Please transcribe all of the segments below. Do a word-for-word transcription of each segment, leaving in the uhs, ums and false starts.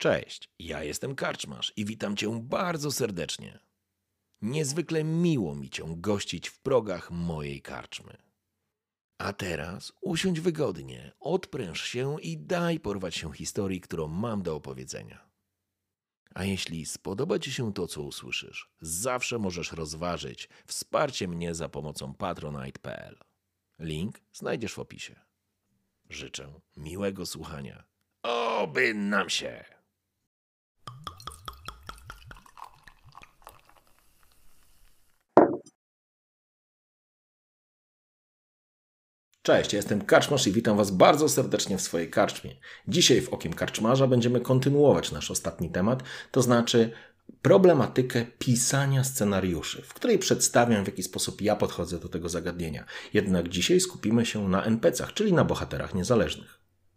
Cześć, ja jestem Karczmarz i witam Cię bardzo serdecznie. Niezwykle miło mi Cię gościć w progach mojej karczmy. A teraz usiądź wygodnie, odpręż się i daj porwać się historii, którą mam do opowiedzenia. A jeśli spodoba Ci się to, co usłyszysz, zawsze możesz rozważyć wsparcie mnie za pomocą patronite kropka p l. Link znajdziesz w opisie. Życzę miłego słuchania. Oby nam się! Cześć, ja jestem Karczmarz i witam Was bardzo serdecznie w swojej karczmie. Dzisiaj w Okiem Karczmarza będziemy kontynuować nasz ostatni temat, to znaczy problematykę pisania scenariuszy, w której przedstawiam, w jaki sposób ja podchodzę do tego zagadnienia. Jednak dzisiaj skupimy się na en pe cach, czyli na bohaterach niezależnych.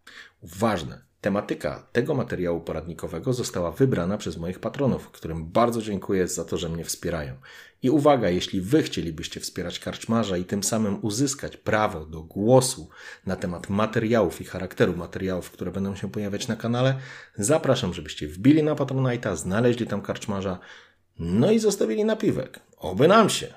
Ważne, tematyka tego materiału poradnikowego została wybrana przez moich patronów, którym bardzo dziękuję za to, że mnie wspierają. I uwaga, jeśli Wy chcielibyście wspierać Karczmarza i tym samym uzyskać prawo do głosu na temat materiałów i charakteru materiałów, które będą się pojawiać na kanale, zapraszam, żebyście wbili na Patronite'a, znaleźli tam Karczmarza, no i zostawili napiwek. Oby nam się!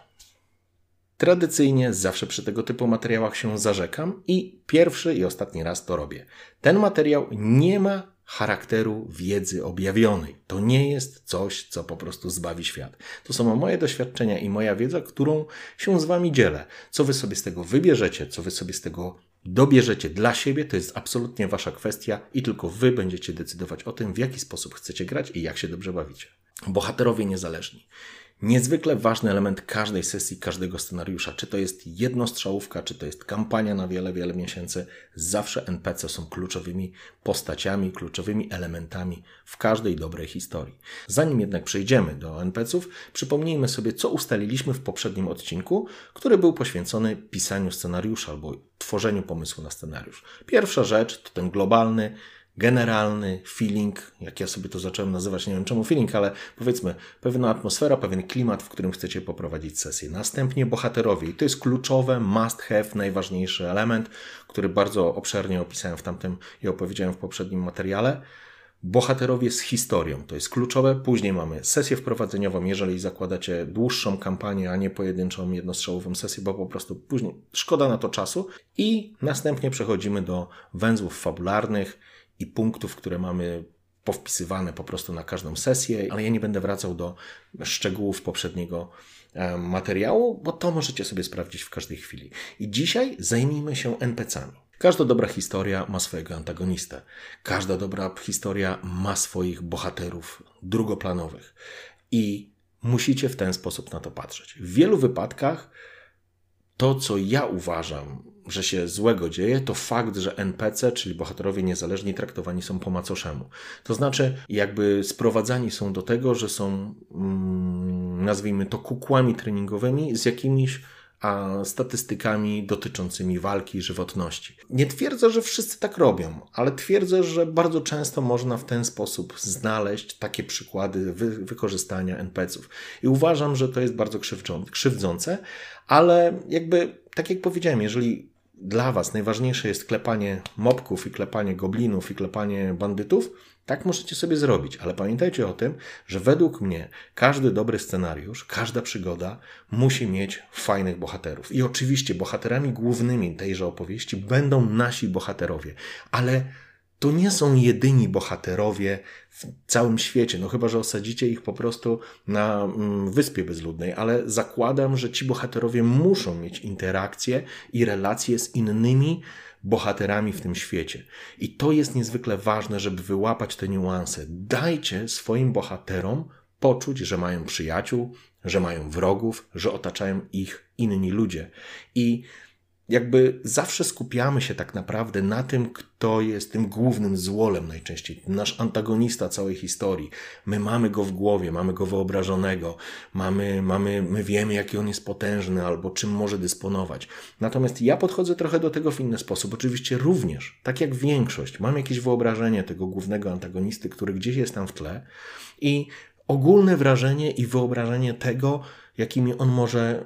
Tradycyjnie zawsze przy tego typu materiałach się zarzekam i pierwszy i ostatni raz to robię. Ten materiał nie ma charakteru wiedzy objawionej. To nie jest coś, co po prostu zbawi świat. To są moje doświadczenia i moja wiedza, którą się z Wami dzielę. Co Wy sobie z tego wybierzecie, co Wy sobie z tego dobierzecie dla siebie, to jest absolutnie Wasza kwestia i tylko Wy będziecie decydować o tym, w jaki sposób chcecie grać i jak się dobrze bawicie. Bohaterowie niezależni. Niezwykle ważny element każdej sesji, każdego scenariusza. Czy to jest jednostrzałówka, czy to jest kampania na wiele, wiele miesięcy. Zawsze en pe ce są kluczowymi postaciami, kluczowymi elementami w każdej dobrej historii. Zanim jednak przejdziemy do en pe ców, przypomnijmy sobie, co ustaliliśmy w poprzednim odcinku, który był poświęcony pisaniu scenariusza albo tworzeniu pomysłu na scenariusz. Pierwsza rzecz to ten globalny, generalny feeling, jak ja sobie to zacząłem nazywać, nie wiem czemu feeling, ale powiedzmy pewna atmosfera, pewien klimat, w którym chcecie poprowadzić sesję. Następnie bohaterowie i to jest kluczowe, must have, najważniejszy element, który bardzo obszernie opisałem w tamtym i opowiedziałem w poprzednim materiale. Bohaterowie z historią, to jest kluczowe. Później mamy sesję wprowadzeniową, jeżeli zakładacie dłuższą kampanię, a nie pojedynczą, jednostrzałową sesję, bo po prostu później szkoda na to czasu. I następnie przechodzimy do węzłów fabularnych i punktów, które mamy powpisywane po prostu na każdą sesję, ale ja nie będę wracał do szczegółów poprzedniego materiału, bo to możecie sobie sprawdzić w każdej chwili. I dzisiaj zajmijmy się en pe cami. Każda dobra historia ma swojego antagonistę. Każda dobra historia ma swoich bohaterów drugoplanowych. I musicie w ten sposób na to patrzeć. W wielu wypadkach to, co ja uważam, że się złego dzieje, to fakt, że en pe ce, czyli bohaterowie niezależni, traktowani są po macoszemu. To znaczy, jakby sprowadzani są do tego, że są, mm, nazwijmy to, kukłami treningowymi z jakimiś a statystykami dotyczącymi walki i żywotności. Nie twierdzę, że wszyscy tak robią, ale twierdzę, że bardzo często można w ten sposób znaleźć takie przykłady wy- wykorzystania en pe ców. I uważam, że to jest bardzo krzywdzące, ale jakby, tak jak powiedziałem, jeżeli dla Was najważniejsze jest klepanie mobków i klepanie goblinów i klepanie bandytów, tak możecie sobie zrobić, ale pamiętajcie o tym, że według mnie każdy dobry scenariusz, każda przygoda musi mieć fajnych bohaterów. I oczywiście bohaterami głównymi tejże opowieści będą nasi bohaterowie, ale to nie są jedyni bohaterowie w całym świecie, no chyba że osadzicie ich po prostu na mm, wyspie bezludnej, ale zakładam, że ci bohaterowie muszą mieć interakcje i relacje z innymi bohaterami w tym świecie. I to jest niezwykle ważne, żeby wyłapać te niuanse. Dajcie swoim bohaterom poczuć, że mają przyjaciół, że mają wrogów, że otaczają ich inni ludzie. I jakby zawsze skupiamy się tak naprawdę na tym, kto jest tym głównym złolem najczęściej. Nasz antagonista całej historii. My mamy go w głowie, mamy go wyobrażonego, mamy, mamy, my wiemy, jaki on jest potężny albo czym może dysponować. Natomiast ja podchodzę trochę do tego w inny sposób. Oczywiście również, tak jak większość, mam jakieś wyobrażenie tego głównego antagonisty, który gdzieś jest tam w tle i ogólne wrażenie i wyobrażenie tego, jakimi on może,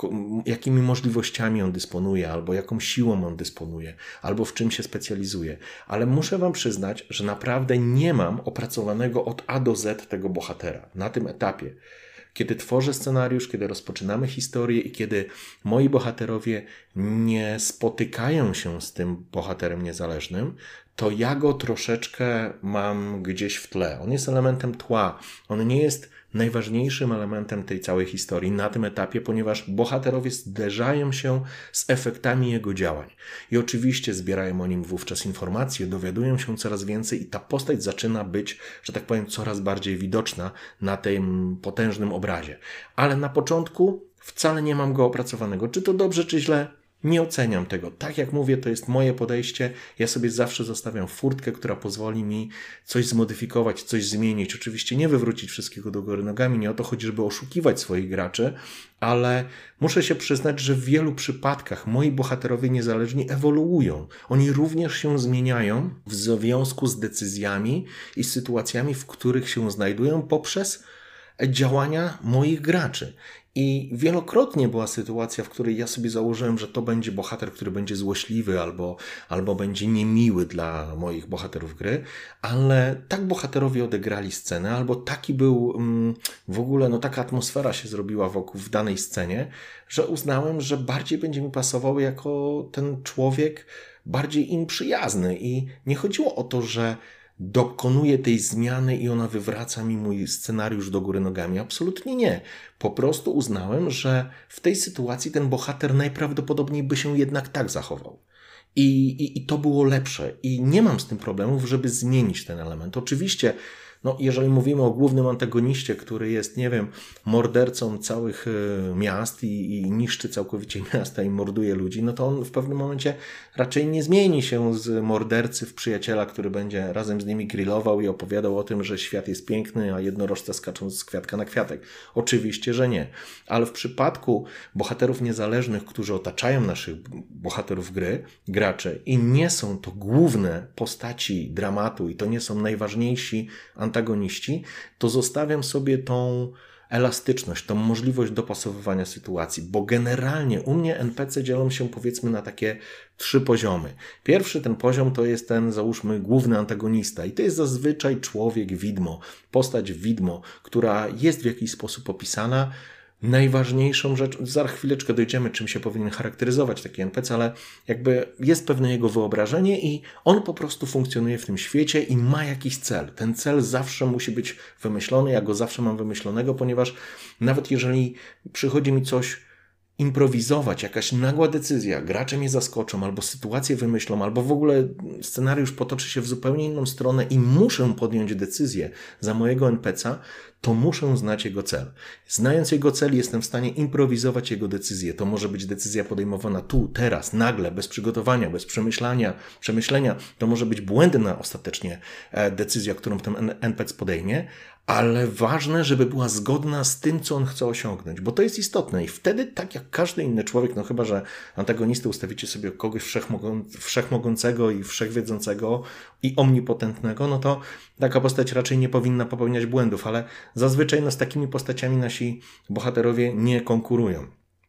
jakimi możliwościami on dysponuje, albo jaką siłą on dysponuje, albo w czym się specjalizuje. Ale muszę wam przyznać, że naprawdę nie mam opracowanego od A do Z tego bohatera na tym etapie. Kiedy tworzę scenariusz, kiedy rozpoczynamy historię i kiedy moi bohaterowie nie spotykają się z tym bohaterem niezależnym, to ja go troszeczkę mam gdzieś w tle. On jest elementem tła. On nie jest najważniejszym elementem tej całej historii na tym etapie, ponieważ bohaterowie zderzają się z efektami jego działań. I oczywiście zbierają o nim wówczas informacje, dowiadują się coraz więcej i ta postać zaczyna być, że tak powiem, coraz bardziej widoczna na tym potężnym obrazie. Ale na początku wcale nie mam go opracowanego. Czy to dobrze, czy źle? Nie oceniam tego. Tak jak mówię, to jest moje podejście. Ja sobie zawsze zostawiam furtkę, która pozwoli mi coś zmodyfikować, coś zmienić. Oczywiście nie wywrócić wszystkiego do góry nogami. Nie o to chodzi, żeby oszukiwać swoich graczy, ale muszę się przyznać, że w wielu przypadkach moi bohaterowie niezależni ewoluują. Oni również się zmieniają w związku z decyzjami i sytuacjami, w których się znajdują poprzez działania moich graczy. I wielokrotnie była sytuacja, w której ja sobie założyłem, że to będzie bohater, który będzie złośliwy albo, albo będzie niemiły dla moich bohaterów gry, ale tak bohaterowie odegrali scenę, albo taki był mm, w ogóle, no taka atmosfera się zrobiła wokół w danej scenie, że uznałem, że bardziej będzie mi pasował jako ten człowiek bardziej im przyjazny. I nie chodziło o to, że dokonuję tej zmiany i ona wywraca mi mój scenariusz do góry nogami. Absolutnie nie. Po prostu uznałem, że w tej sytuacji ten bohater najprawdopodobniej by się jednak tak zachował. I, i, i to było lepsze. I nie mam z tym problemów, żeby zmienić ten element. Oczywiście, no, jeżeli mówimy o głównym antagoniście, który jest, nie wiem, mordercą całych miast i, i niszczy całkowicie miasta i morduje ludzi, no to on w pewnym momencie raczej nie zmieni się z mordercy w przyjaciela, który będzie razem z nimi grillował i opowiadał o tym, że świat jest piękny, a jednorożce skaczą z kwiatka na kwiatek. Oczywiście, że nie. Ale w przypadku bohaterów niezależnych, którzy otaczają naszych bohaterów gry, graczy i nie są to główne postaci dramatu i to nie są najważniejsi antagoniści, to zostawiam sobie tą elastyczność, tą możliwość dopasowywania sytuacji, bo generalnie u mnie en pe ce dzielą się powiedzmy na takie trzy poziomy. Pierwszy ten poziom to jest ten, załóżmy, główny antagonista i to jest zazwyczaj człowiek widmo, postać widmo, która jest w jakiś sposób opisana. Najważniejszą rzecz, za chwileczkę dojdziemy, czym się powinien charakteryzować taki en pe ce, ale jakby jest pewne jego wyobrażenie i on po prostu funkcjonuje w tym świecie i ma jakiś cel. Ten cel zawsze musi być wymyślony, ja go zawsze mam wymyślonego, ponieważ nawet jeżeli przychodzi mi coś improwizować, jakaś nagła decyzja, gracze mnie zaskoczą, albo sytuację wymyślą, albo w ogóle scenariusz potoczy się w zupełnie inną stronę i muszę podjąć decyzję za mojego en pe ce a, to muszę znać jego cel. Znając jego cel, jestem w stanie improwizować jego decyzję. To może być decyzja podejmowana tu, teraz, nagle, bez przygotowania, bez przemyślania, przemyślenia. To może być błędna ostatecznie decyzja, którą ten en pe ce podejmie, ale ważne, żeby była zgodna z tym, co on chce osiągnąć, bo to jest istotne i wtedy, tak jak każdy inny człowiek, no chyba, że antagonistę ustawicie sobie kogoś wszechmogą, wszechmogącego i wszechwiedzącego i omnipotentnego, no to taka postać raczej nie powinna popełniać błędów, ale zazwyczaj no, z takimi postaciami nasi bohaterowie nie konkurują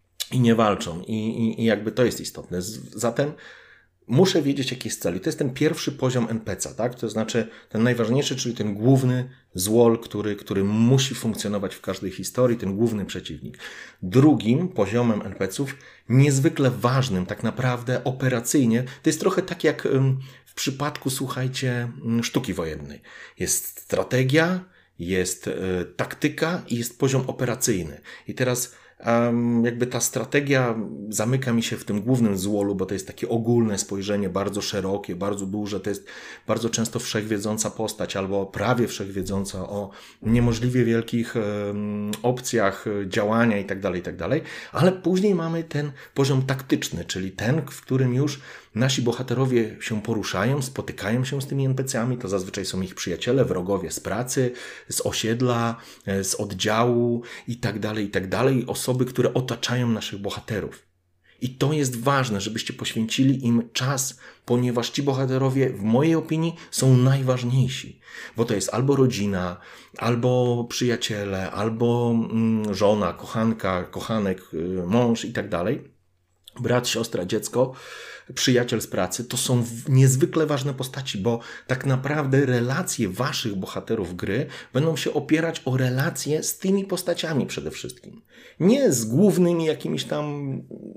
i nie walczą i, i, i jakby to jest istotne. Zatem muszę wiedzieć, jaki jest cel. I to jest ten pierwszy poziom en pe ce a, tak? To znaczy ten najważniejszy, czyli ten główny złol, który, który musi funkcjonować w każdej historii, ten główny przeciwnik. Drugim poziomem en pe ce ów, niezwykle ważnym, tak naprawdę operacyjnie, to jest trochę tak jak w przypadku, słuchajcie, sztuki wojennej. Jest strategia, jest y, taktyka i jest poziom operacyjny. I teraz Um, jakby ta strategia zamyka mi się w tym głównym złolu, bo to jest takie ogólne spojrzenie, bardzo szerokie, bardzo duże, to jest bardzo często wszechwiedząca postać albo prawie wszechwiedząca o niemożliwie wielkich um, opcjach działania i tak dalej, i tak dalej, ale później mamy ten poziom taktyczny, czyli ten, w którym już nasi bohaterowie się poruszają, spotykają się z tymi en pe ce ami, to zazwyczaj są ich przyjaciele, wrogowie z pracy, z osiedla, z oddziału i tak dalej, i tak dalej, osoby, które otaczają naszych bohaterów. I to jest ważne, żebyście poświęcili im czas, ponieważ ci bohaterowie, w mojej opinii, są najważniejsi. Bo to jest albo rodzina, albo przyjaciele, albo mm, żona, kochanka, kochanek, y, mąż i tak dalej. Brat, siostra, dziecko, przyjaciel z pracy, to są niezwykle ważne postaci, bo tak naprawdę relacje waszych bohaterów gry będą się opierać o relacje z tymi postaciami przede wszystkim. Nie z głównymi jakimiś tam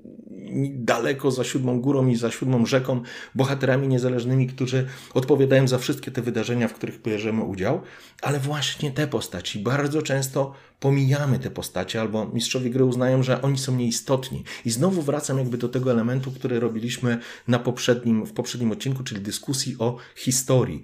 daleko za siódmą górą i za siódmą rzeką bohaterami niezależnymi, którzy odpowiadają za wszystkie te wydarzenia, w których bierzemy udział, ale właśnie te postaci. Bardzo często pomijamy te postacie, albo mistrzowie gry uznają, że oni są nieistotni. I znowu wracam jakby do tego elementu, który robiliśmy na poprzednim, w poprzednim odcinku, czyli dyskusji o historii.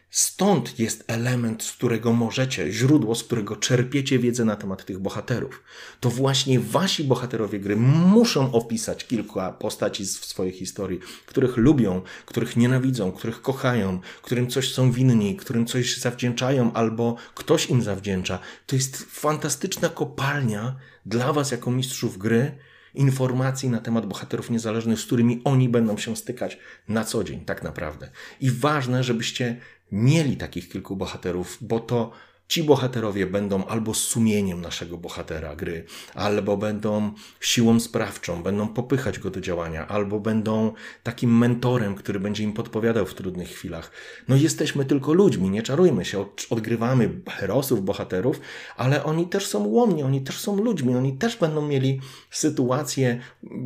Stąd jest element, z którego możecie, źródło, z którego czerpiecie wiedzę na temat tych bohaterów. To właśnie wasi bohaterowie gry muszą opisać kilka postaci w swojej historii, których lubią, których nienawidzą, których kochają, którym coś są winni, którym coś zawdzięczają albo ktoś im zawdzięcza. To jest fantastyczna kopalnia dla was jako mistrzów gry, informacji na temat bohaterów niezależnych, z którymi oni będą się stykać na co dzień, tak naprawdę. I ważne, żebyście mieli takich kilku bohaterów, bo to ci bohaterowie będą albo sumieniem naszego bohatera gry, albo będą siłą sprawczą, będą popychać go do działania, albo będą takim mentorem, który będzie im podpowiadał w trudnych chwilach. No jesteśmy tylko ludźmi, nie czarujmy się, odgrywamy herosów, bohaterów, ale oni też są łomni, oni też są ludźmi, oni też będą mieli sytuacje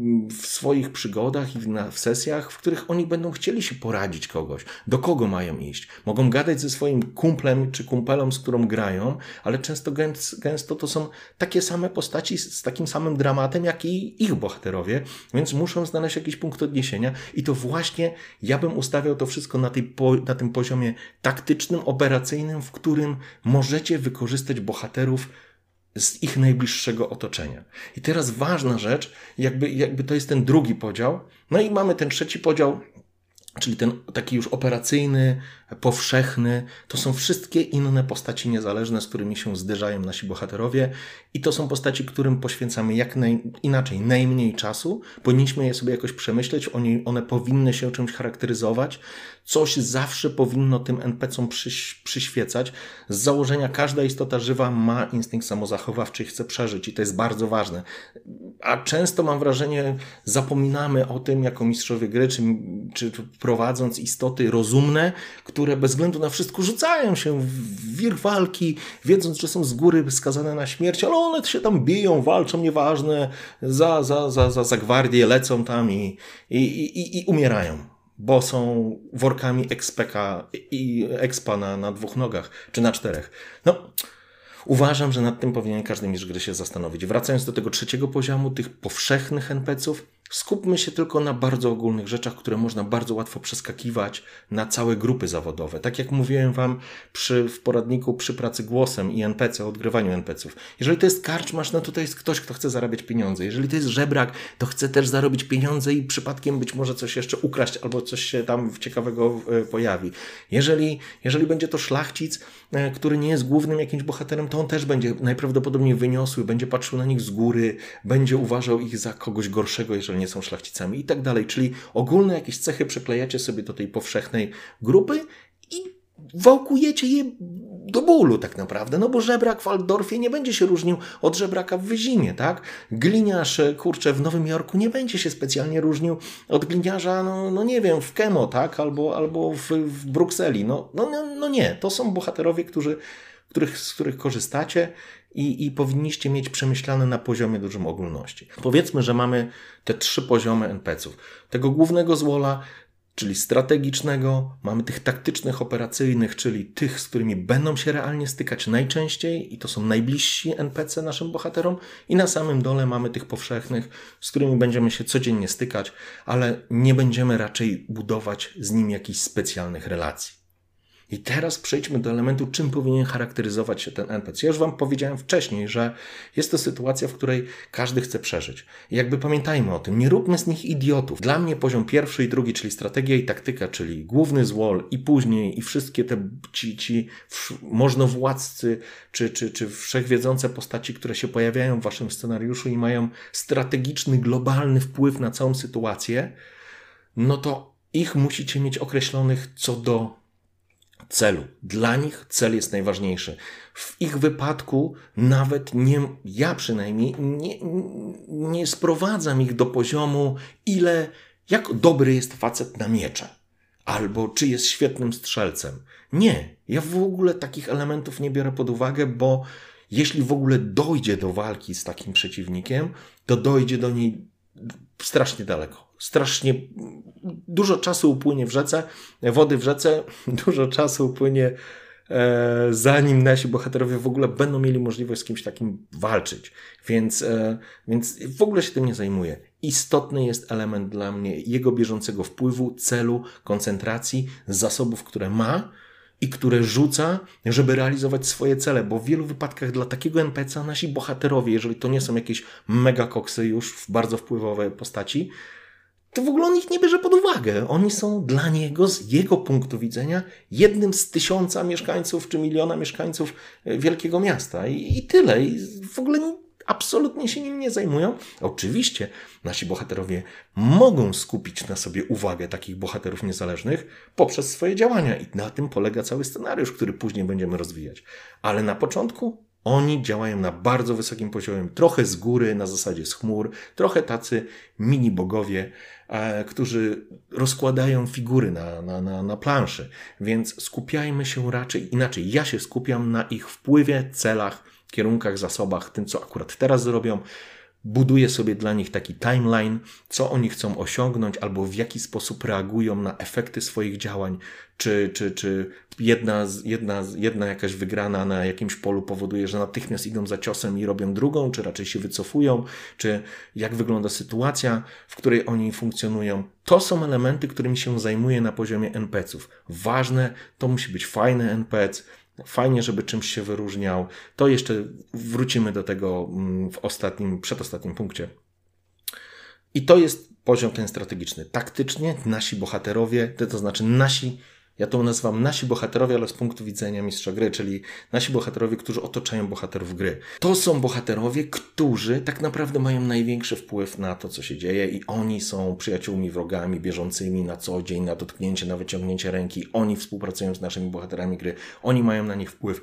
w swoich przygodach i w sesjach, w których oni będą chcieli się poradzić kogoś, do kogo mają iść. Mogą gadać ze swoim kumplem czy kumpelą, z którą grają, ale często gęsto to są takie same postaci z takim samym dramatem, jak i ich bohaterowie, więc muszą znaleźć jakiś punkt odniesienia i to właśnie ja bym ustawiał to wszystko na, tej, na tym poziomie taktycznym, operacyjnym, w którym możecie wykorzystać bohaterów z ich najbliższego otoczenia. I teraz ważna rzecz, jakby, jakby to jest ten drugi podział, no i mamy ten trzeci podział, czyli ten taki już operacyjny, powszechny, to są wszystkie inne postaci niezależne, z którymi się zderzają nasi bohaterowie i to są postaci, którym poświęcamy jak naj, inaczej, najmniej czasu, powinniśmy je sobie jakoś przemyśleć, one, one powinny się czymś charakteryzować, coś zawsze powinno tym en pe ce om przyś, przyświecać. Z założenia każda istota żywa ma instynkt samozachowawczy i chce przeżyć i to jest bardzo ważne. A często mam wrażenie, zapominamy o tym jako mistrzowie gry, czy, czy prowadząc istoty rozumne, które bez względu na wszystko rzucają się w wir walki, wiedząc, że są z góry skazane na śmierć, ale one się tam biją, walczą, nieważne, za, za, za, za, za gwardię lecą tam i, i, i, i umierają, bo są workami ekspeka i expa na, na dwóch nogach, czy na czterech. No, uważam, że nad tym powinien każdy mistrz gry się zastanowić. Wracając do tego trzeciego poziomu, tych powszechnych en pe ce ów, skupmy się tylko na bardzo ogólnych rzeczach, które można bardzo łatwo przeskakiwać na całe grupy zawodowe. Tak jak mówiłem wam przy, w poradniku przy pracy głosem i en pe ce, odgrywaniu en pe ce ów. Jeżeli to jest karczmarz, no to to jest ktoś, kto chce zarabiać pieniądze. Jeżeli to jest żebrak, to chce też zarobić pieniądze i przypadkiem być może coś jeszcze ukraść albo coś się tam ciekawego pojawi. Jeżeli, jeżeli będzie to szlachcic, który nie jest głównym jakimś bohaterem, to on też będzie najprawdopodobniej wyniosły, będzie patrzył na nich z góry, będzie uważał ich za kogoś gorszego, jeżeli nie są szlachcicami i tak dalej. Czyli ogólne jakieś cechy przyklejacie sobie do tej powszechnej grupy i wałkujecie je do bólu tak naprawdę, no bo żebrak w Altdorfie nie będzie się różnił od żebraka w Wyzimie, tak? Gliniarz, kurczę, w Nowym Jorku nie będzie się specjalnie różnił od gliniarza, no, no nie wiem, w Kemo, tak? Albo, albo w, w Brukseli. No, no, no, no nie, to są bohaterowie, którzy, których, z których korzystacie i, i powinniście mieć przemyślane na poziomie dużym ogólności. Powiedzmy, że mamy te trzy poziomy en pe ce ów. Tego głównego złola, czyli strategicznego, mamy tych taktycznych, operacyjnych, czyli tych, z którymi będą się realnie stykać najczęściej i to są najbliżsi en pe ce naszym bohaterom i na samym dole mamy tych powszechnych, z którymi będziemy się codziennie stykać, ale nie będziemy raczej budować z nimi jakichś specjalnych relacji. I teraz przejdźmy do elementu, czym powinien charakteryzować się ten N P C. Ja już wam powiedziałem wcześniej, że jest to sytuacja, w której każdy chce przeżyć. I jakby pamiętajmy o tym, nie róbmy z nich idiotów. Dla mnie poziom pierwszy i drugi, czyli strategia i taktyka, czyli główny złol i później i wszystkie te ci, ci możnowładcy czy, czy, czy wszechwiedzące postaci, które się pojawiają w waszym scenariuszu i mają strategiczny, globalny wpływ na całą sytuację, no to ich musicie mieć określonych co do celu. Dla nich cel jest najważniejszy. W ich wypadku nawet nie, ja przynajmniej nie, nie sprowadzam ich do poziomu, ile, jak dobry jest facet na miecze. Albo czy jest świetnym strzelcem. Nie. Ja w ogóle takich elementów nie biorę pod uwagę, bo jeśli w ogóle dojdzie do walki z takim przeciwnikiem, to dojdzie do niej strasznie daleko. Strasznie dużo czasu upłynie w rzece, wody w rzece, dużo czasu upłynie, e, zanim nasi bohaterowie w ogóle będą mieli możliwość z kimś takim walczyć. Więc, e, więc w ogóle się tym nie zajmuję. Istotny jest element dla mnie jego bieżącego wpływu, celu, koncentracji, zasobów, które ma i które rzuca, żeby realizować swoje cele, bo w wielu wypadkach dla takiego N P C a nasi bohaterowie, jeżeli to nie są jakieś mega koksy już w bardzo wpływowe postaci, to w ogóle on ich nie bierze pod uwagę. Oni są dla niego, z jego punktu widzenia, jednym z tysiąca mieszkańców czy miliona mieszkańców wielkiego miasta. I, i tyle. I w ogóle absolutnie się nim nie zajmują. Oczywiście nasi bohaterowie mogą skupić na sobie uwagę takich bohaterów niezależnych poprzez swoje działania. I na tym polega cały scenariusz, który później będziemy rozwijać. Ale na początku oni działają na bardzo wysokim poziomie, trochę z góry, na zasadzie z chmur, trochę tacy mini bogowie, e, którzy rozkładają figury na, na, na, na planszy. Więc skupiajmy się raczej inaczej. Ja się skupiam na ich wpływie, celach, kierunkach, zasobach, tym co akurat teraz zrobią. Buduję sobie dla nich taki timeline, co oni chcą osiągnąć albo w jaki sposób reagują na efekty swoich działań, czy, czy, czy jedna, jedna, jedna jakaś wygrana na jakimś polu powoduje, że natychmiast idą za ciosem i robią drugą, czy raczej się wycofują, czy jak wygląda sytuacja, w której oni funkcjonują. To są elementy, którymi się zajmuję na poziomie N P C ów. Ważne, to musi być fajny N P C, fajnie, żeby czymś się wyróżniał. To jeszcze wrócimy do tego w ostatnim, przedostatnim punkcie. I to jest poziom ten strategiczny. Taktycznie nasi bohaterowie, to znaczy nasi, ja to nazywam nasi bohaterowie, ale z punktu widzenia mistrza gry, czyli nasi bohaterowie, którzy otaczają bohaterów gry. To są bohaterowie, którzy tak naprawdę mają największy wpływ na to, co się dzieje i oni są przyjaciółmi, wrogami, bieżącymi na co dzień, na dotknięcie, na wyciągnięcie ręki. Oni współpracują z naszymi bohaterami gry. Oni mają na nich wpływ.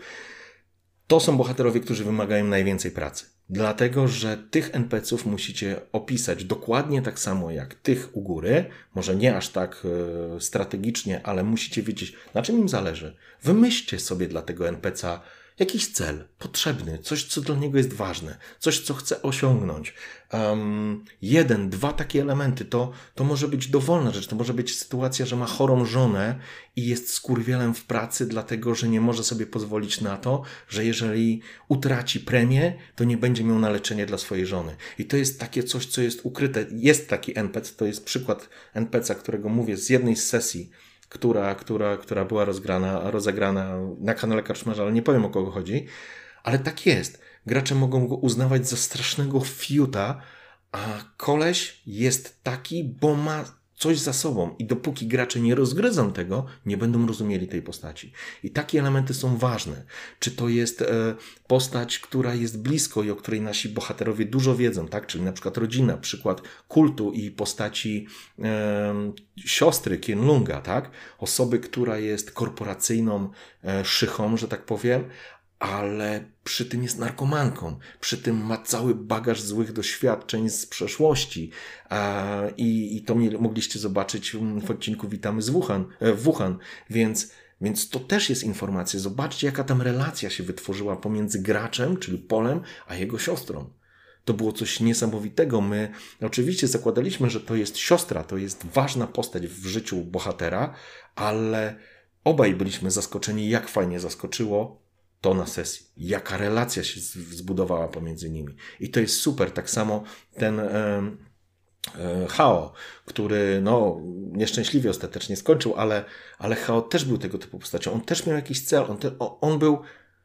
To są bohaterowie, którzy wymagają najwięcej pracy. Dlatego, że tych N P C ów musicie opisać dokładnie tak samo jak tych u góry. Może nie aż tak e, strategicznie, ale musicie wiedzieć, na czym im zależy. Wymyślcie sobie dla tego N P C a jakiś cel potrzebny, coś, co dla niego jest ważne, coś, co chce osiągnąć. Um, jeden, dwa takie elementy, to, to może być dowolna rzecz, to może być sytuacja, że ma chorą żonę i jest skurwielem w pracy, dlatego, że nie może sobie pozwolić na to, że jeżeli utraci premię, to nie będzie miał na leczenie dla swojej żony. I to jest takie coś, co jest ukryte. Jest taki N P C, to jest przykład N P C a, którego mówię z jednej z sesji, która, która, która była rozgrana, rozegrana na kanale Karczmarza, ale nie powiem, o kogo chodzi. Ale tak jest. Gracze mogą go uznawać za strasznego fiuta, a koleś jest taki, bo ma coś za sobą i dopóki gracze nie rozgryzą tego, nie będą rozumieli tej postaci. I takie elementy są ważne. Czy to jest e, postać, która jest blisko i o której nasi bohaterowie dużo wiedzą, tak? Czyli na przykład rodzina, przykład kultu i postaci e, siostry Qianlunga, tak? Osoby, która jest korporacyjną e, szychą, że tak powiem, ale przy tym jest narkomanką, przy tym ma cały bagaż złych doświadczeń z przeszłości a, i, i to mogliście zobaczyć w odcinku Witamy z Wuhan, w Wuhan, więc, więc to też jest informacja. Zobaczcie, jaka tam relacja się wytworzyła pomiędzy graczem, czyli Polem, a jego siostrą. To było coś niesamowitego. My oczywiście zakładaliśmy, że to jest siostra, to jest ważna postać w życiu bohatera, ale obaj byliśmy zaskoczeni, jak fajnie zaskoczyło to na sesji. Jaka relacja się zbudowała pomiędzy nimi. I to jest super. Tak samo ten, Hao, który no, nieszczęśliwie ostatecznie skończył, ale, ale Hao też był tego typu postacią. On też miał jakiś cel. On, te, on był...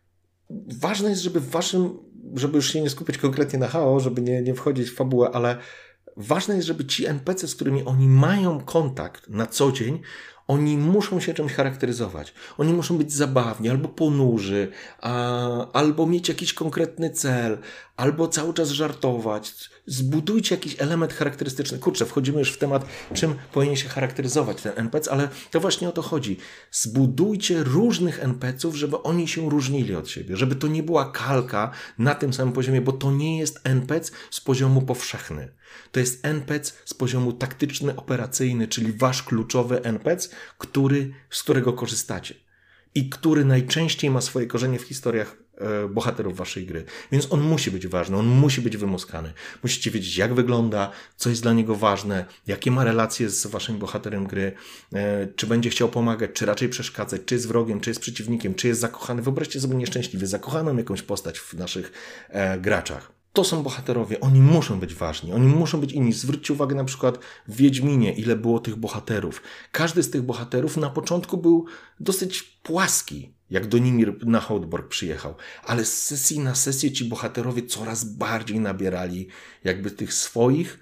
Ważne jest, żeby w waszym... Żeby już się nie skupiać konkretnie na Hao, żeby nie, nie wchodzić w fabułę, ale ważne jest, żeby ci en pe ce, z którymi oni mają kontakt na co dzień, oni muszą się czymś charakteryzować. Oni muszą być zabawni, albo ponurzy, a, albo mieć jakiś konkretny cel, albo cały czas żartować. Zbudujcie jakiś element charakterystyczny. Kurczę, wchodzimy już w temat, czym powinien się charakteryzować ten en pe ce, ale to właśnie o to chodzi. Zbudujcie różnych en pe ców, żeby oni się różnili od siebie, żeby to nie była kalka na tym samym poziomie, bo to nie jest en pe ce z poziomu powszechny. To jest en pe ce z poziomu taktyczny, operacyjny, czyli wasz kluczowy en pe ce, który, z którego korzystacie i który najczęściej ma swoje korzenie w historiach e, bohaterów waszej gry. Więc on musi być ważny, on musi być wymuskany. Musicie wiedzieć, jak wygląda, co jest dla niego ważne, jakie ma relacje z waszym bohaterem gry, e, czy będzie chciał pomagać, czy raczej przeszkadzać, czy jest wrogiem, czy jest przeciwnikiem, czy jest zakochany. Wyobraźcie sobie nieszczęśliwy, zakochaną jakąś postać w naszych e, graczach. To są bohaterowie, oni muszą być ważni, oni muszą być inni. Zwróćcie uwagę na przykład w Wiedźminie, ile było tych bohaterów. Każdy z tych bohaterów na początku był dosyć płaski, jak Donimir na Hołdborg przyjechał. Ale z sesji na sesję ci bohaterowie coraz bardziej nabierali jakby tych swoich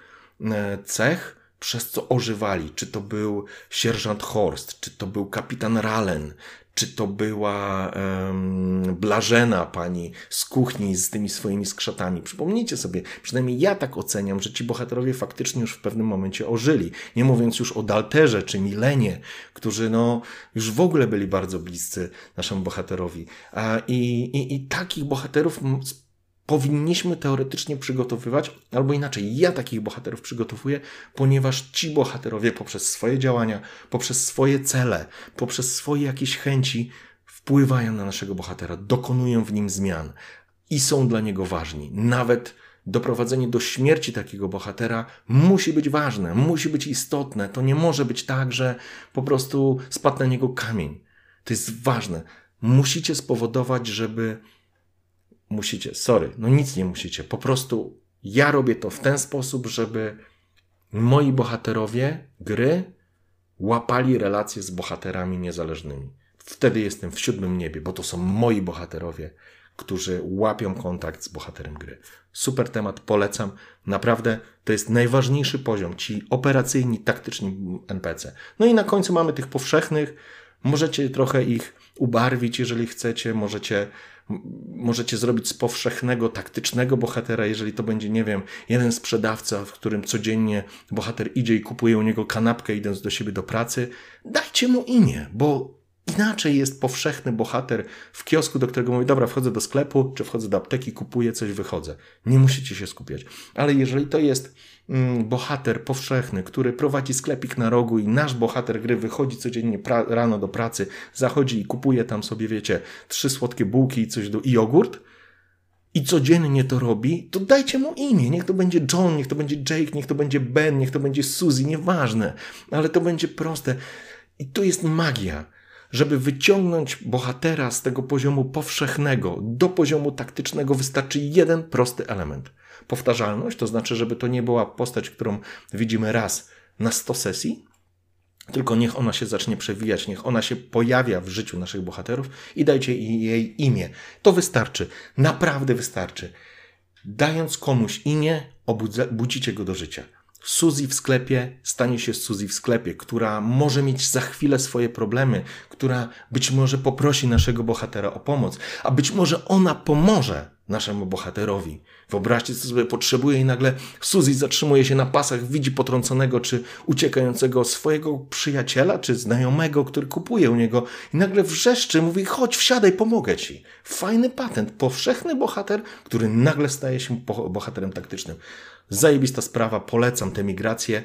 cech, przez co ożywali. Czy to był sierżant Horst, czy to był kapitan Ralen, czy to była um, Blażena, pani z kuchni z tymi swoimi skrzatami. Przypomnijcie sobie, przynajmniej ja tak oceniam, że ci bohaterowie faktycznie już w pewnym momencie ożyli. Nie mówiąc już o Dalterze czy Milenie, którzy no już w ogóle byli bardzo bliscy naszemu bohaterowi. A, i, i, I takich bohaterów powinniśmy teoretycznie przygotowywać, albo inaczej, ja takich bohaterów przygotowuję, ponieważ ci bohaterowie poprzez swoje działania, poprzez swoje cele, poprzez swoje jakieś chęci wpływają na naszego bohatera, dokonują w nim zmian i są dla niego ważni. Nawet doprowadzenie do śmierci takiego bohatera musi być ważne, musi być istotne. To nie może być tak, że po prostu spadł na niego kamień. To jest ważne. Musicie spowodować, żeby Musicie, sorry, no nic nie musicie. Po prostu ja robię to w ten sposób, żeby moi bohaterowie gry łapali relacje z bohaterami niezależnymi. Wtedy jestem w siódmym niebie, bo to są moi bohaterowie, którzy łapią kontakt z bohaterem gry. Super temat, polecam. Naprawdę to jest najważniejszy poziom, ci operacyjni, taktyczni en pe ce. No i na końcu mamy tych powszechnych. Możecie trochę ich ubarwić, jeżeli chcecie. Możecie Możecie zrobić z powszechnego, taktycznego bohatera, jeżeli to będzie, nie wiem, jeden sprzedawca, w którym codziennie bohater idzie i kupuje u niego kanapkę, idąc do siebie do pracy. Dajcie mu imię, bo inaczej jest powszechny bohater w kiosku, do którego mówi, dobra, wchodzę do sklepu, czy wchodzę do apteki, kupuję coś, wychodzę. Nie musicie się skupiać. Ale jeżeli to jest mm, bohater powszechny, który prowadzi sklepik na rogu i nasz bohater gry wychodzi codziennie pra- rano do pracy, zachodzi i kupuje tam sobie, wiecie, trzy słodkie bułki i coś do, i jogurt, i codziennie to robi, to dajcie mu imię. Niech to będzie John, niech to będzie Jake, niech to będzie Ben, niech to będzie Suzy, nieważne. Ale to będzie proste. I to jest magia. Żeby wyciągnąć bohatera z tego poziomu powszechnego do poziomu taktycznego, wystarczy jeden prosty element. Powtarzalność, to znaczy, żeby to nie była postać, którą widzimy raz na sto sesji, tylko niech ona się zacznie przewijać, niech ona się pojawia w życiu naszych bohaterów i dajcie jej imię. To wystarczy, naprawdę wystarczy. Dając komuś imię, obudza, budzicie go do życia. Suzy w sklepie stanie się Suzy w sklepie, która może mieć za chwilę swoje problemy, która być może poprosi naszego bohatera o pomoc, a być może ona pomoże naszemu bohaterowi. Wyobraźcie sobie, potrzebuje i nagle Suzy zatrzymuje się na pasach, widzi potrąconego czy uciekającego swojego przyjaciela czy znajomego, który kupuje u niego i nagle wrzeszczy, mówi, chodź, wsiadaj, pomogę ci. Fajny patent, powszechny bohater, który nagle staje się bohaterem taktycznym. Zajebista sprawa, polecam tę migrację.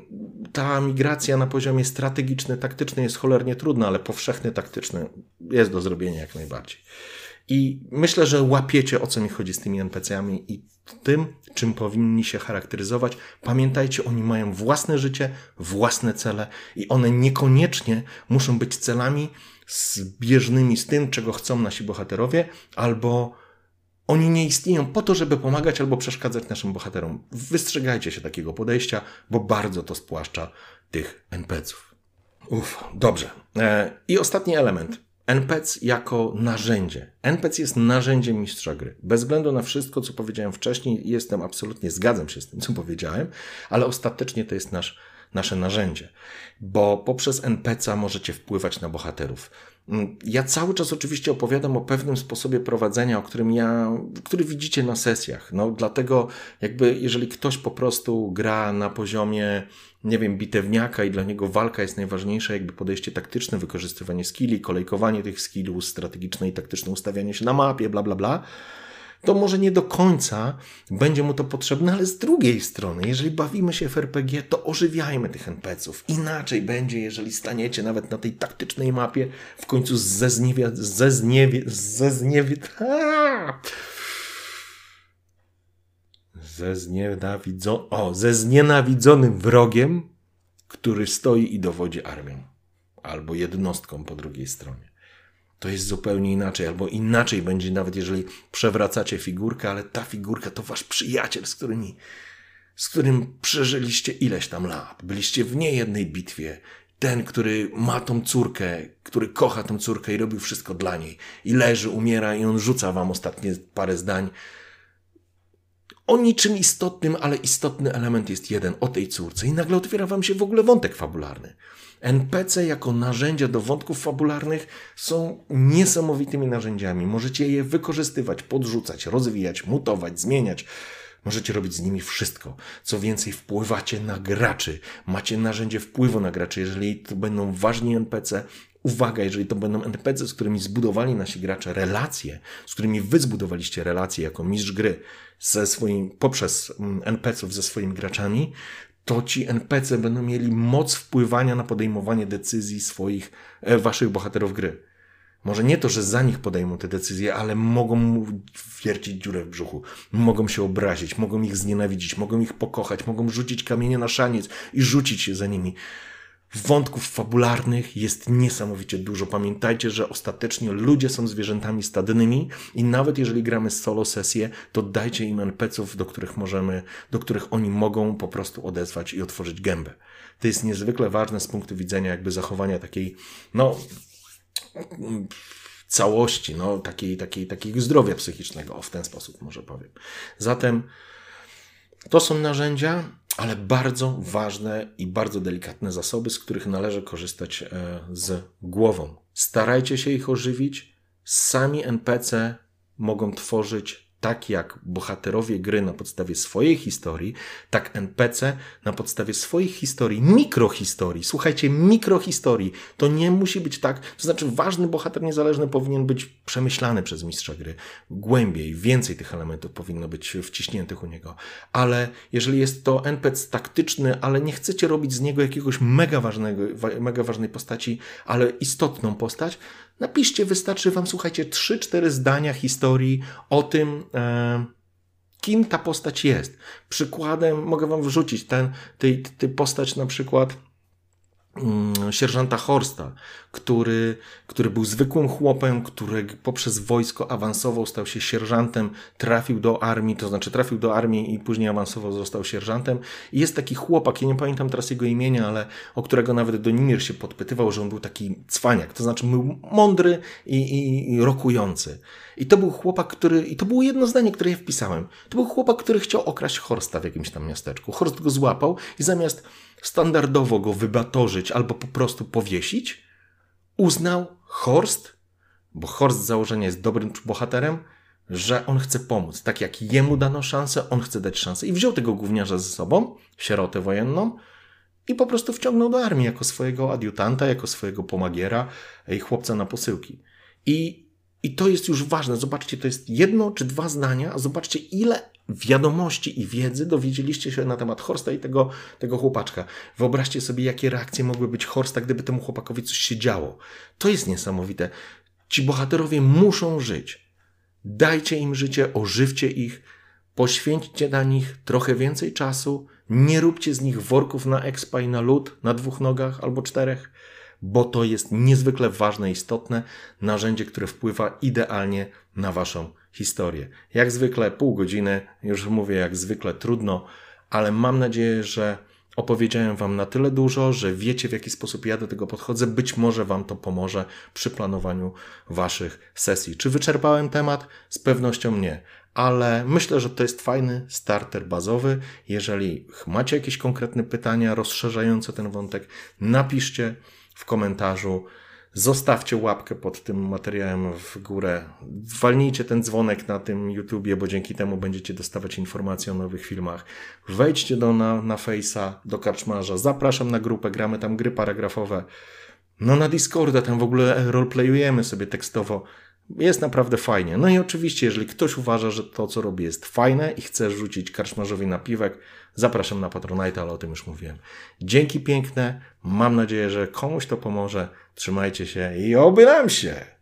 Ta migracja na poziomie strategiczny, taktyczny jest cholernie trudna, ale powszechny, taktyczny jest do zrobienia jak najbardziej. I myślę, że łapiecie, o co mi chodzi z tymi en pe ce ami i tym, czym powinni się charakteryzować. Pamiętajcie, oni mają własne życie, własne cele i one niekoniecznie muszą być celami zbieżnymi z tym, czego chcą nasi bohaterowie, albo Oni nie istnieją po to, żeby pomagać albo przeszkadzać naszym bohaterom. Wystrzegajcie się takiego podejścia, bo bardzo to spłaszcza tych en pe ce ów. Uff, dobrze. E, I ostatni element. en pe ce jako narzędzie. en pe ce jest narzędziem mistrza gry. Bez względu na wszystko, co powiedziałem wcześniej, jestem absolutnie, zgadzam się z tym, co powiedziałem, ale ostatecznie to jest nasz, nasze narzędzie. Bo poprzez en pe ce a możecie wpływać na bohaterów. Ja cały czas oczywiście opowiadam o pewnym sposobie prowadzenia, o którym ja, który widzicie na sesjach. No, dlatego jakby jeżeli ktoś po prostu gra na poziomie, nie wiem, bitewniaka i dla niego walka jest najważniejsza, jakby podejście taktyczne, wykorzystywanie skilli, kolejkowanie tych skillów, strategiczne i taktyczne ustawianie się na mapie, bla, bla, bla, to może nie do końca będzie mu to potrzebne, ale z drugiej strony, jeżeli bawimy się w er pe gie, to ożywiajmy tych en pe ce ów. Inaczej będzie, jeżeli staniecie nawet na tej taktycznej mapie, w końcu ze zniewie... ze zniewie... ze zniewie... ze znienawidzo... o, ze znienawidzonym wrogiem, który stoi i dowodzi armią. Albo jednostką po drugiej stronie. To jest zupełnie inaczej, albo inaczej będzie nawet, jeżeli przewracacie figurkę, ale ta figurka to wasz przyjaciel, z którym, z którym przeżyliście ileś tam lat. Byliście w niejednej bitwie. Ten, który ma tą córkę, który kocha tą córkę i robił wszystko dla niej. I leży, umiera i on rzuca wam ostatnie parę zdań. O niczym istotnym, ale istotny element jest jeden, o tej córce. I nagle otwiera wam się w ogóle wątek fabularny. en pe ce jako narzędzia do wątków fabularnych są niesamowitymi narzędziami. Możecie je wykorzystywać, podrzucać, rozwijać, mutować, zmieniać. Możecie robić z nimi wszystko. Co więcej, wpływacie na graczy. Macie narzędzie wpływu na graczy. Jeżeli to będą ważni en pe ce, uwaga, jeżeli to będą en pe ce, z którymi zbudowali nasi gracze relacje, z którymi wy zbudowaliście relacje jako mistrz gry ze swoim, poprzez en pe ce ów ze swoimi graczami, to ci en pe ce będą mieli moc wpływania na podejmowanie decyzji swoich, e, waszych bohaterów gry. Może nie to, że za nich podejmą te decyzje, ale mogą mu wiercić dziurę w brzuchu. Mogą się obrazić, mogą ich znienawidzić, mogą ich pokochać, mogą rzucić kamienie na szaniec i rzucić się za nimi. Wątków fabularnych jest niesamowicie dużo. Pamiętajcie, że ostatecznie ludzie są zwierzętami stadnymi i nawet jeżeli gramy solo sesję, to dajcie im en pe ce ów, do których możemy, do których oni mogą po prostu odezwać i otworzyć gębę. To jest niezwykle ważne z punktu widzenia jakby zachowania takiej, no, całości, no, takiej, takiej, takiego zdrowia psychicznego. O, w ten sposób może powiem. Zatem to są narzędzia, ale bardzo ważne i bardzo delikatne zasoby, z których należy korzystać z głową. Starajcie się ich ożywić. Sami en pe ce mogą tworzyć tak jak bohaterowie gry na podstawie swojej historii, tak en pe ce na podstawie swoich historii, mikrohistorii. Słuchajcie, mikrohistorii. To nie musi być tak, to znaczy ważny bohater niezależny powinien być przemyślany przez mistrza gry. Głębiej, więcej tych elementów powinno być wciśniętych u niego. Ale jeżeli jest to en pe ce taktyczny, ale nie chcecie robić z niego jakiegoś mega ważnego, mega ważnej postaci, ale istotną postać, napiszcie, wystarczy wam, słuchajcie, trzy cztery zdania historii o tym, e, kim ta postać jest. Przykładem mogę wam wrzucić ten, tej, tej postać na przykład um, sierżanta Horsta, który, który był zwykłym chłopem, który poprzez wojsko awansował, stał się sierżantem, trafił do armii, to znaczy trafił do armii i później awansował, został sierżantem. I jest taki chłopak, ja nie pamiętam teraz jego imienia, ale o którego nawet Donimir się podpytywał, że on był taki cwaniak, to znaczy był mądry i, i, i rokujący. I to był chłopak, który, i to było jedno zdanie, które ja wpisałem. To był chłopak, który chciał okraść Horsta w jakimś tam miasteczku. Horst go złapał i zamiast standardowo go wybatorzyć albo po prostu powiesić, uznał Horst, bo Horst z założenia jest dobrym bohaterem, że on chce pomóc. Tak jak jemu dano szansę, on chce dać szansę. I wziął tego gówniarza ze sobą, sierotę wojenną, i po prostu wciągnął do armii jako swojego adiutanta, jako swojego pomagiera i chłopca na posyłki. I, i to jest już ważne. Zobaczcie, to jest jedno czy dwa zdania, a zobaczcie, ile wiadomości i wiedzy dowiedzieliście się na temat Horsta i tego, tego chłopaczka. Wyobraźcie sobie, jakie reakcje mogły być Horsta, gdyby temu chłopakowi coś się działo. To jest niesamowite. Ci bohaterowie muszą żyć. Dajcie im życie, ożywcie ich, poświęćcie na nich trochę więcej czasu, nie róbcie z nich worków na expa i na lód na dwóch nogach albo czterech. bo to jest niezwykle ważne i istotne narzędzie, które wpływa idealnie na waszą historię. Jak zwykle pół godziny, już mówię jak zwykle trudno, ale mam nadzieję, że opowiedziałem wam na tyle dużo, że wiecie, w jaki sposób ja do tego podchodzę. Być może wam to pomoże przy planowaniu waszych sesji. Czy wyczerpałem temat? Z pewnością nie. Ale myślę, że to jest fajny starter bazowy. Jeżeli macie jakieś konkretne pytania rozszerzające ten wątek, napiszcie w komentarzu. Zostawcie łapkę pod tym materiałem w górę. Walnijcie ten dzwonek na tym YouTubie, bo dzięki temu będziecie dostawać informacje o nowych filmach. Wejdźcie do, na, na Face'a, do Karczmarza. Zapraszam na grupę, gramy tam gry paragrafowe. No na Discorda, tam w ogóle roleplayujemy sobie tekstowo. Jest naprawdę fajnie. No i oczywiście, jeżeli ktoś uważa, że to, co robi, jest fajne i chce rzucić Karczmarzowi napiwek, zapraszam na Patronite, ale o tym już mówiłem. Dzięki piękne. Mam nadzieję, że komuś to pomoże. Trzymajcie się i oby nam się!